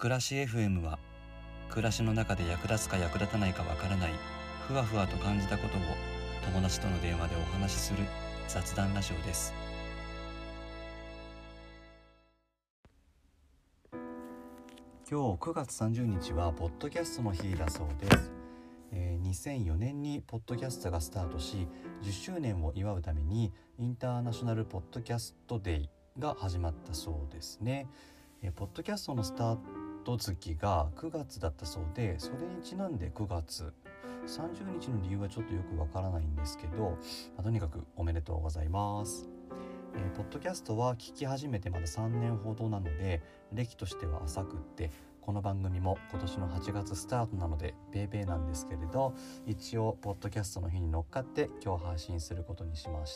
暮らし FM は暮らしの中で役立つか役立たないかわからないふわふわと感じたことを友達との電話でお話しする雑談ラジオです。今日9月30日はポッドキャストの日だそうです。2004年にポッドキャストがスタートし10周年を祝うためにインターナショナルポッドキャストデイが始まったそうですね。ポッドキャストのスタート月が9月だったそうで、それにちなんで9月30日の理由はちょっとよくわからないんですけど、とにかくおめでとうございます。ポッドキャストは聞き始めてまだ3年ほどなので歴としては浅くって、この番組も今年の8月スタートなのでベーベーなんですけれど、一応ポッドキャストの日に乗っかって今日配信することにしました。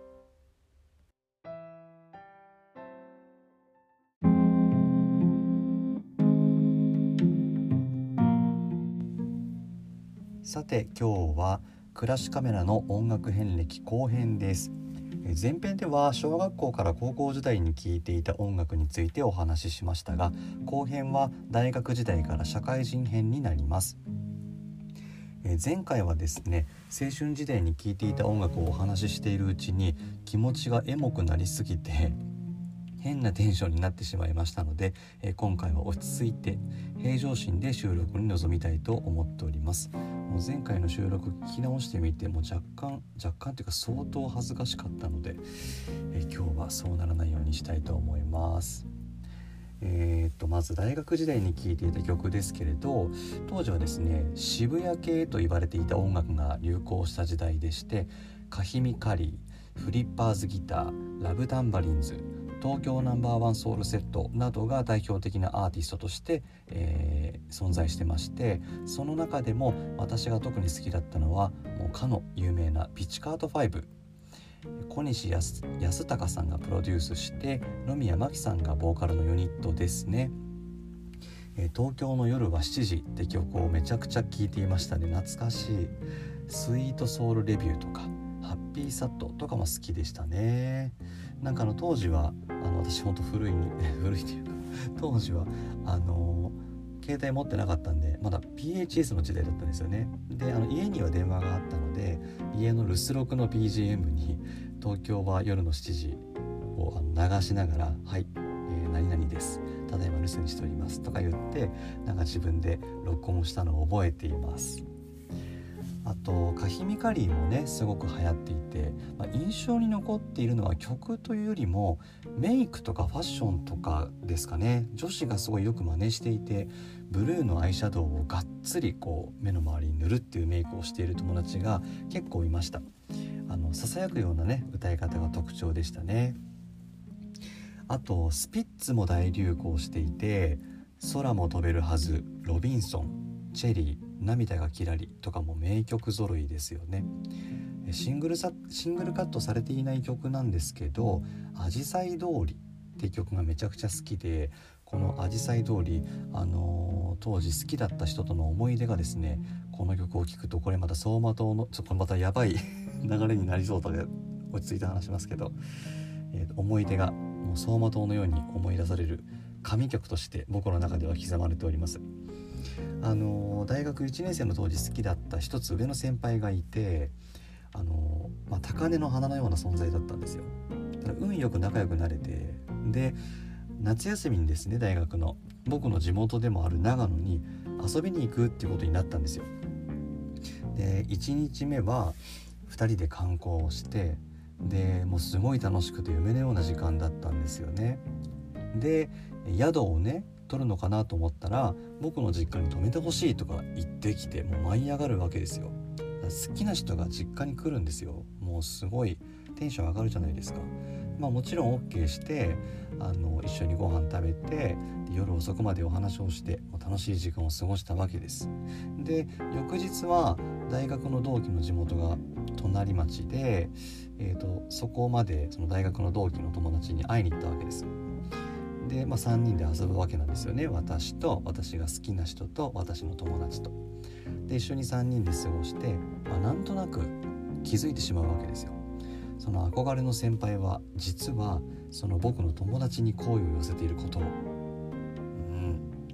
さて今日は暮らしカメラの音楽遍歴後編です。前編では小学校から高校時代に聴いていた音楽についてお話ししましたが、後編は大学時代から社会人編になります。前回はですね、青春時代に聴いていた音楽をお話ししているうちに気持ちがエモくなりすぎて変なテンションになってしまいましたので、今回は落ち着いて平常心で収録に臨みたいと思っております。もう前回の収録聞き直してみても若干というか相当恥ずかしかったので、今日はそうならないようにしたいと思います。まず大学時代に聴いていた曲ですけれど、当時はですね、渋谷系と言われていた音楽が流行した時代でして、カヒミカリー、フリッパーズギター、ラブタンバリンズ、東京ナンバーワンソウルセットなどが代表的なアーティストとして、存在してまして、その中でも私が特に好きだったのはもうかの有名なピチカート5、小西康隆さんがプロデュースして野宮真貴さんがボーカルのユニットですね。東京の夜は7時って曲をめちゃくちゃ聴いていましたね。懐かしい。スイートソウルレビューとかハッピーサットとかも好きでしたね。なんか当時は私ほんと古いというか当時は携帯持ってなかったんでまだ PHS の時代だったんですよね。で家には電話があったので、家の留守録の BGM に東京は夜の7時を流しながら、はい、何々です、ただいま留守にしておりますとか言ってなんか自分で録音したのを覚えています。あとカヒミカリーもねすごく流行っていて、印象に残っているのは曲というよりもメイクとかファッションとかですかね。女子がすごいよく真似していて、ブルーのアイシャドウをがっつり目の周りに塗るっていうメイクをしている友達が結構いました。ささやくようなね歌い方が特徴でしたね。あとスピッツも大流行していて、空も飛べるはず、ロビンソン、チェリー、涙がキラリとかも名曲揃いですよね。シングルカットされていない曲なんですけど、アジサイ通りって曲がめちゃくちゃ好きで、このアジサイ通り、当時好きだった人との思い出がですね、この曲を聴くとこれまた走馬灯のこれまたやばい流れになりそうとで落ち着いて話しますけど、思い出がもう走馬灯のように思い出される神曲として僕の中では刻まれております。大学1年生の当時好きだった一つ上の先輩がいて、高嶺の花のような存在だったんですよ。ただ運よく仲良くなれて、で夏休みにですね、大学の僕の地元でもある長野に遊びに行くっていうことになったんですよ。で1日目は2人で観光をして、でもうすごい楽しくて夢のような時間だったんですよね。で宿をね取るのかなと思ったら、僕の実家に泊めてほしいとか言ってきて、もう舞い上がるわけですよ。好きな人が実家に来るんですよ。もうすごいテンション上がるじゃないですか。もちろん OK して一緒にご飯食べて、夜遅くまでお話をして楽しい時間を過ごしたわけです。で翌日は大学の同期の地元が隣町で、そこまでその大学の同期の友達に会いに行ったわけです。で、3人で遊ぶわけなんですよね。私と私が好きな人と私の友達と。で一緒に3人で過ごして、なんとなく気づいてしまうわけですよ。その憧れの先輩は実はその僕の友達に好意を寄せていることを、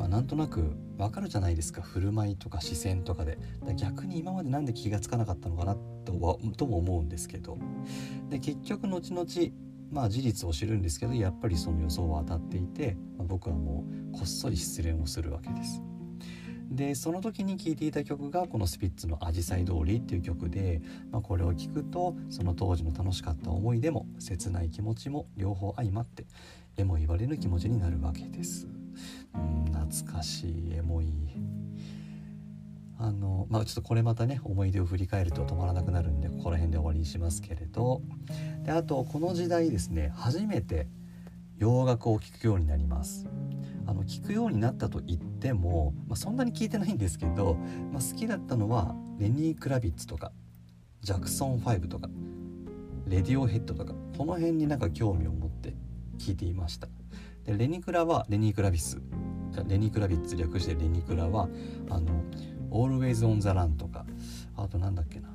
なんとなくわかるじゃないですか、振る舞いとか視線とかで。逆に今までなんで気がつかなかったのかなとも思うんですけど、で結局後々事実を知るんですけど、やっぱりその予想は当たっていて、僕はもうこっそり失恋をするわけです。でその時に聴いていた曲がこのスピッツのアジサイ通りっていう曲で、これを聴くとその当時の楽しかった思い出も切ない気持ちも両方相まってえも言われぬ気持ちになるわけです。懐かしいエモい。ちょっとこれまたね思い出を振り返ると止まらなくなるんでここら辺で終わりにしますけれど、であとこの時代ですね、初めて洋楽を聴くようになります。聴くようになったと言っても、そんなに聴いてないんですけど、好きだったのはレニー・クラビッツとかジャクソン5とかレディオヘッドとか、この辺に興味を持って聴いていました。でレニクラはレニー・クラビッツ略してレニクラはAlways on the Run とか、あとなんだっけな、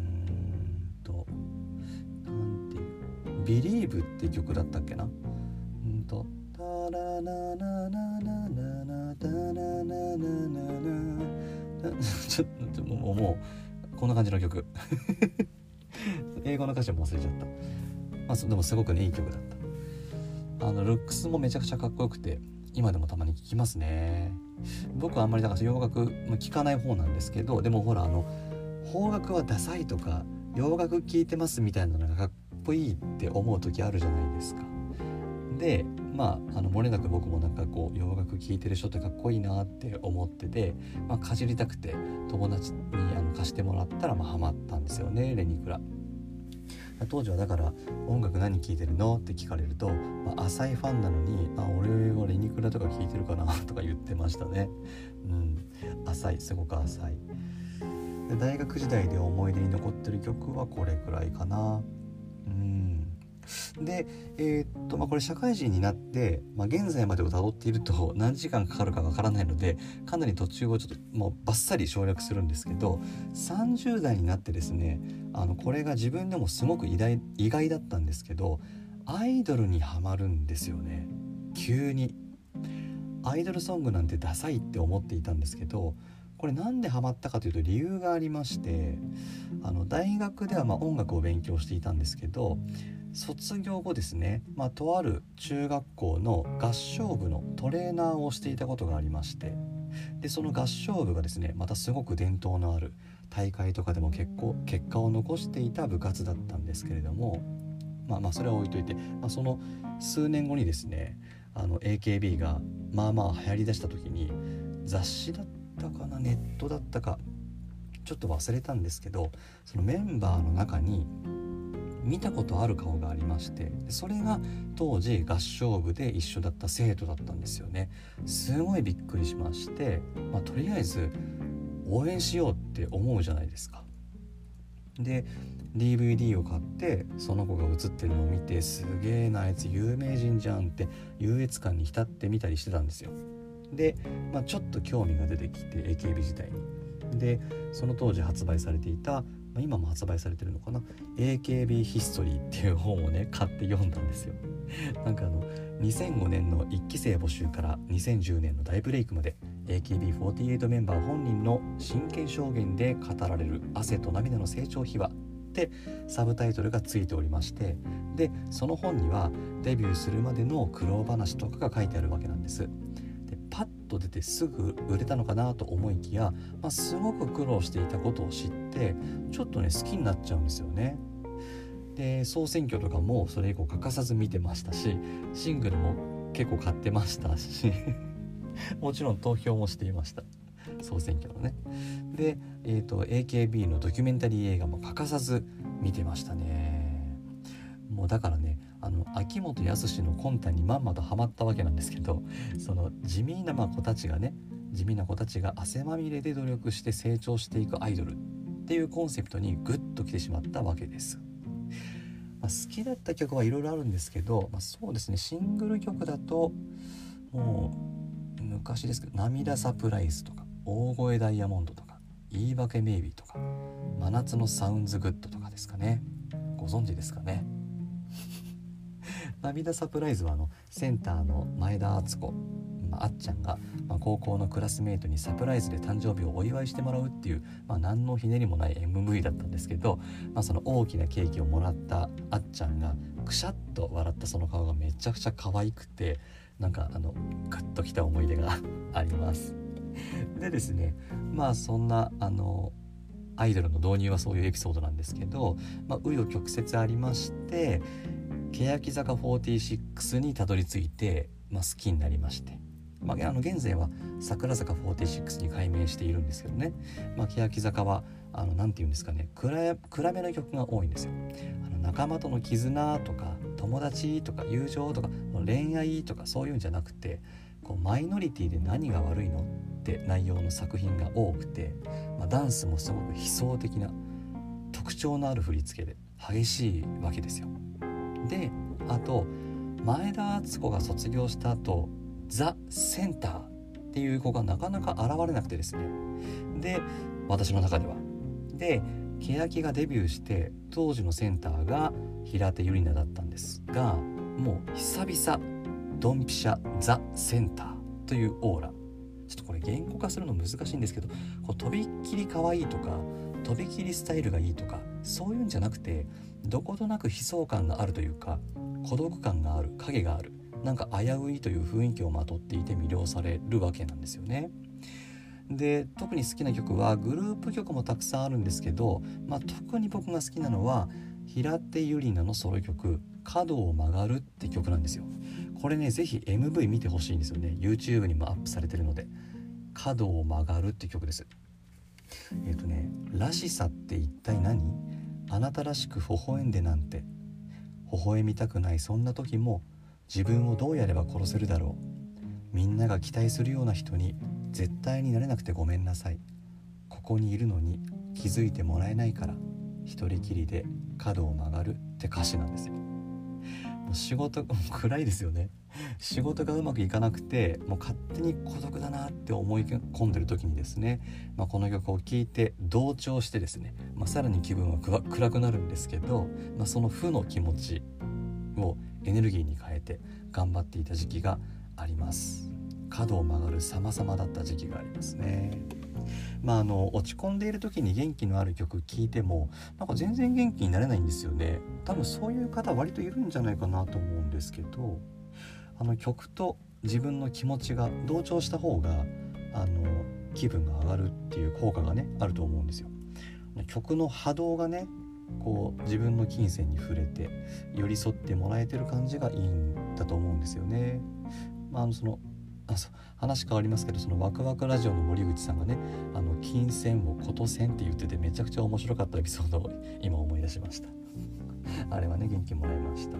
なんていうBelieve って曲だったっけな、タラナナナナナナタナナナナちょっともうこんな感じの曲英語の歌詞も忘れちゃった。でもすごくねいい曲だった。ルックスもめちゃくちゃかっこよくて今でもたまに聴きますね。僕はあんまり洋楽聴かない方なんですけど、でもほら邦楽はダサいとか洋楽聴いてますみたいなのがかっこいいって思う時あるじゃないですか。で漏れなく僕も洋楽聴いてる人ってかっこいいなって思ってて、かじりたくて友達に貸してもらったらハマったんですよね、レニクラ。当時はだから音楽何聴いてるのって聞かれると、浅いファンなのに俺はレニクラとか聴いてるかなとか言ってましたね。浅い、すごく浅い。で大学時代で思い出に残ってる曲はこれくらいかな。でこれ社会人になって、現在までをたどっていると何時間かかるかわからないのでかなり途中をちょっともうバッサリ省略するんですけど、30代になってですね、これが自分でもすごく意外だったんですけど、アイドルにハマるんですよね。急にアイドルソングなんてダサいって思っていたんですけど、これなんでハマったかというと理由がありまして、大学では音楽を勉強していたんですけど、卒業後ですね、とある中学校の合唱部のトレーナーをしていたことがありまして、でその合唱部がですねまたすごく伝統のある大会とかでも結果を残していた部活だったんですけれども、それは置いといて、その数年後にですねAKB が流行りだした時に雑誌だったかなネットだったかちょっと忘れたんですけど、そのメンバーの中に見たことある顔がありまして、それが当時合唱部で一緒だった生徒だったんですよね。すごいびっくりしまして、とりあえず応援しようって思うじゃないですか。で DVD を買ってその子が映ってるのを見て、すげえなあいつ有名人じゃんって優越感に浸ってみたりしてたんですよ。で、ちょっと興味が出てきて AKB 時代に、でその当時発売されていた、今も発売されてるのかな AKB ヒストリーっていう本をね買って読んだんですよ。2005年の1期生募集から2010年の大ブレイクまで AKB48 メンバー本人の真剣証言で語られる汗と涙の成長秘話ってサブタイトルがついておりまして、でその本にはデビューするまでの苦労話とかが書いてあるわけなんです。でパッと出てすぐ売れたのかなと思いきや、すごく苦労していたことを知ってちょっとね好きになっちゃうんですよね。で総選挙とかもそれ以降欠かさず見てましたし、シングルも結構買ってましたしもちろん投票もしていました、総選挙のね。で、AKB のドキュメンタリー映画も欠かさず見てましたね。もうだからね秋元康の魂胆にまんまとハマったわけなんですけど、その地味な子たちが汗まみれで努力して成長していくアイドルっていうコンセプトにグッと来てしまったわけです。好きだった曲はいろいろあるんですけど、そうですね、シングル曲だともう昔ですけど涙サプライズとか大声ダイヤモンドとか言い訳メイビーとか真夏のサウンズグッドとかですかね。ご存知ですかね涙サプライズはセンターの前田敦子、 あっちゃんが、高校のクラスメートにサプライズで誕生日をお祝いしてもらうっていう、何のひねりもない MV だったんですけど、その大きなケーキをもらったあっちゃんがくしゃっと笑ったその顔がめちゃくちゃ可愛くて、グッときた思い出があります。でですね、そんなアイドルの導入はそういうエピソードなんですけど、紆余曲折ありまして、欅坂46にたどり着いて、好きになりまして、現在は桜坂46に改名しているんですけどね、欅坂はなんていうんですかね、暗めの曲が多いんですよ。仲間との絆とか友達とか友情とか恋愛とかそういうんじゃなくて、マイノリティで何が悪いのって内容の作品が多くて、ダンスもすごく悲壮的な特徴のある振り付けで激しいわけですよ。で、あと前田敦子が卒業した後、ザ・センターっていう子がなかなか現れなくてですね、で私の中ではで欅がデビューして当時のセンターが平手友梨奈だったんですが、もう久々ドンピシャザ・センターというオーラ、ちょっとこれ言語化するの難しいんですけど、とびっきり可愛いとかとびきりスタイルがいいとかそういうんじゃなくて、どことなく悲壮感があるというか、孤独感がある、影がある、危ういという雰囲気をまとっていて魅了されるわけなんですよね。で、特に好きな曲はグループ曲もたくさんあるんですけど、特に僕が好きなのは平手友梨奈のソロ曲角を曲がるって曲なんですよ。これね、ぜひ MV 見てほしいんですよね。 YouTube にもアップされてるので。角を曲がるって曲です。らしさって一体何？あなたらしく微笑んでなんて、微笑みたくないそんな時も自分をどうやれば殺せるだろう。みんなが期待するような人に絶対になれなくてごめんなさい。ここにいるのに気づいてもらえないから一人きりで角を曲がるって歌詞なんですよ。もう仕事暗いですよね。仕事がうまくいかなくて、もう勝手に孤独だなって思い込んでる時にですね、この曲を聴いて同調してですね、さらに気分は暗くなるんですけど、その負の気持ちをエネルギーに変えて頑張っていた時期があります。角を曲がる様々だった時期がありますね。落ち込んでいる時に元気のある曲聴いても全然元気になれないんですよね。多分そういう方割といるんじゃないかなと思うんですけど、曲と自分の気持ちが同調した方が気分が上がるっていう効果がねあると思うんですよ。曲の波動がね自分の金銭に触れて寄り添ってもらえてる感じがいいんだと思うんですよね。話変わりますけど、そのワクワクラジオの森口さんがね、金銭をことせんって言っててめちゃくちゃ面白かったエピソードを今思い出しました。あれはね、元気もらいました。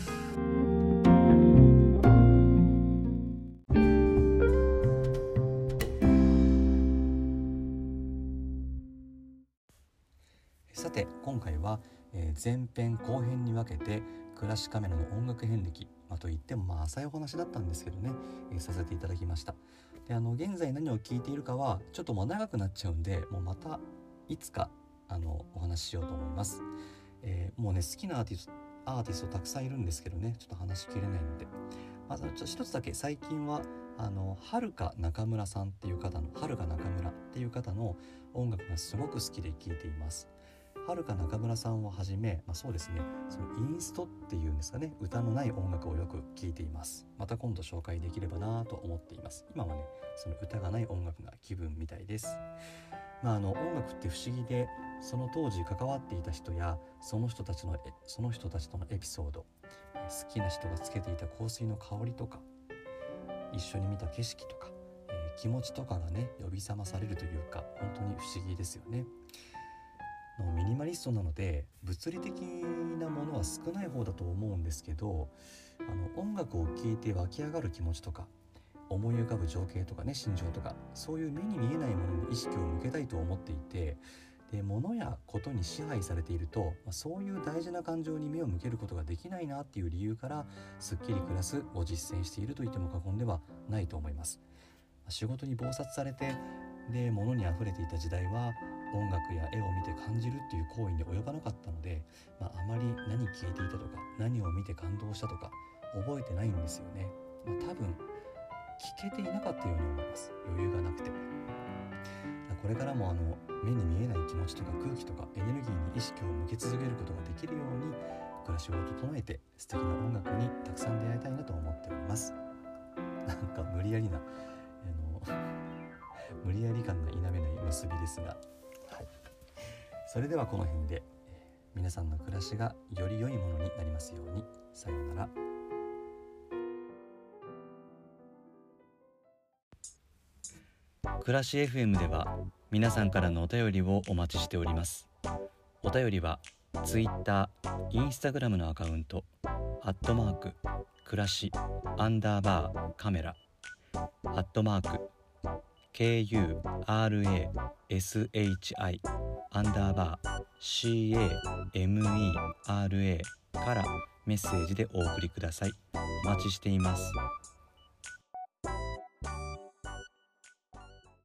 さて今回は前編後編に分けてクラシカメラの音楽遍歴、といっても浅いお話だったんですけどね、させていただきました。で現在何を聞いているかはちょっともう長くなっちゃうんで、もうまたいつかお話ししようと思います。もうね、好きなアーティストたくさんいるんですけどね、ちょっと話しきれないので、まず一つだけ最近ははるか中村さんっていう方のはるか中村っていう方の音楽がすごく好きで聴いています。はるか中村さんをはじめ、そうですね、そのインストっていうんですかね、歌のない音楽をよく聴いています。また今度紹介できればなと思っています。今はね、その歌がない音楽が気分みたいです。音楽って不思議で、その当時関わっていた人やその人たちとのエピソード、好きな人がつけていた香水の香りとか、一緒に見た景色とか、気持ちとかがね呼び覚まされるというか、本当に不思議ですよね。ミニマリストなので物理的なものは少ない方だと思うんですけど、音楽を聴いて湧き上がる気持ちとか思い浮かぶ情景とかね、心情とか、そういう目に見えないものに意識を向けたいと思っていて、で物やことに支配されていると、そういう大事な感情に目を向けることができないなっていう理由から、すっきり暮らすを実践していると言っても過言ではないと思います。仕事に忙殺されて、で物にあふれていた時代は音楽や絵を見て感じるっていう行為に及ばなかったので、あまり何聴いていたとか何を見て感動したとか覚えてないんですよね。多分聞けていなかったように思います。余裕がなくて。これからも目に見えない気持ちとか空気とかエネルギーに意識を向け続けることができるように暮らしを整えて素敵な音楽にたくさん出会いたいなと思っております。なんか無理やり感が否めない結びですが、はい、それではこの辺で皆さんの暮らしがより良いものになりますように。さようなら。暮らし FM では皆さんからのお便りをお待ちしております。お便りは Twitter、Instagram のアカウント@暮らし_カメラ@KURASHI _CAMERA からメッセージでお送りください。お待ちしています。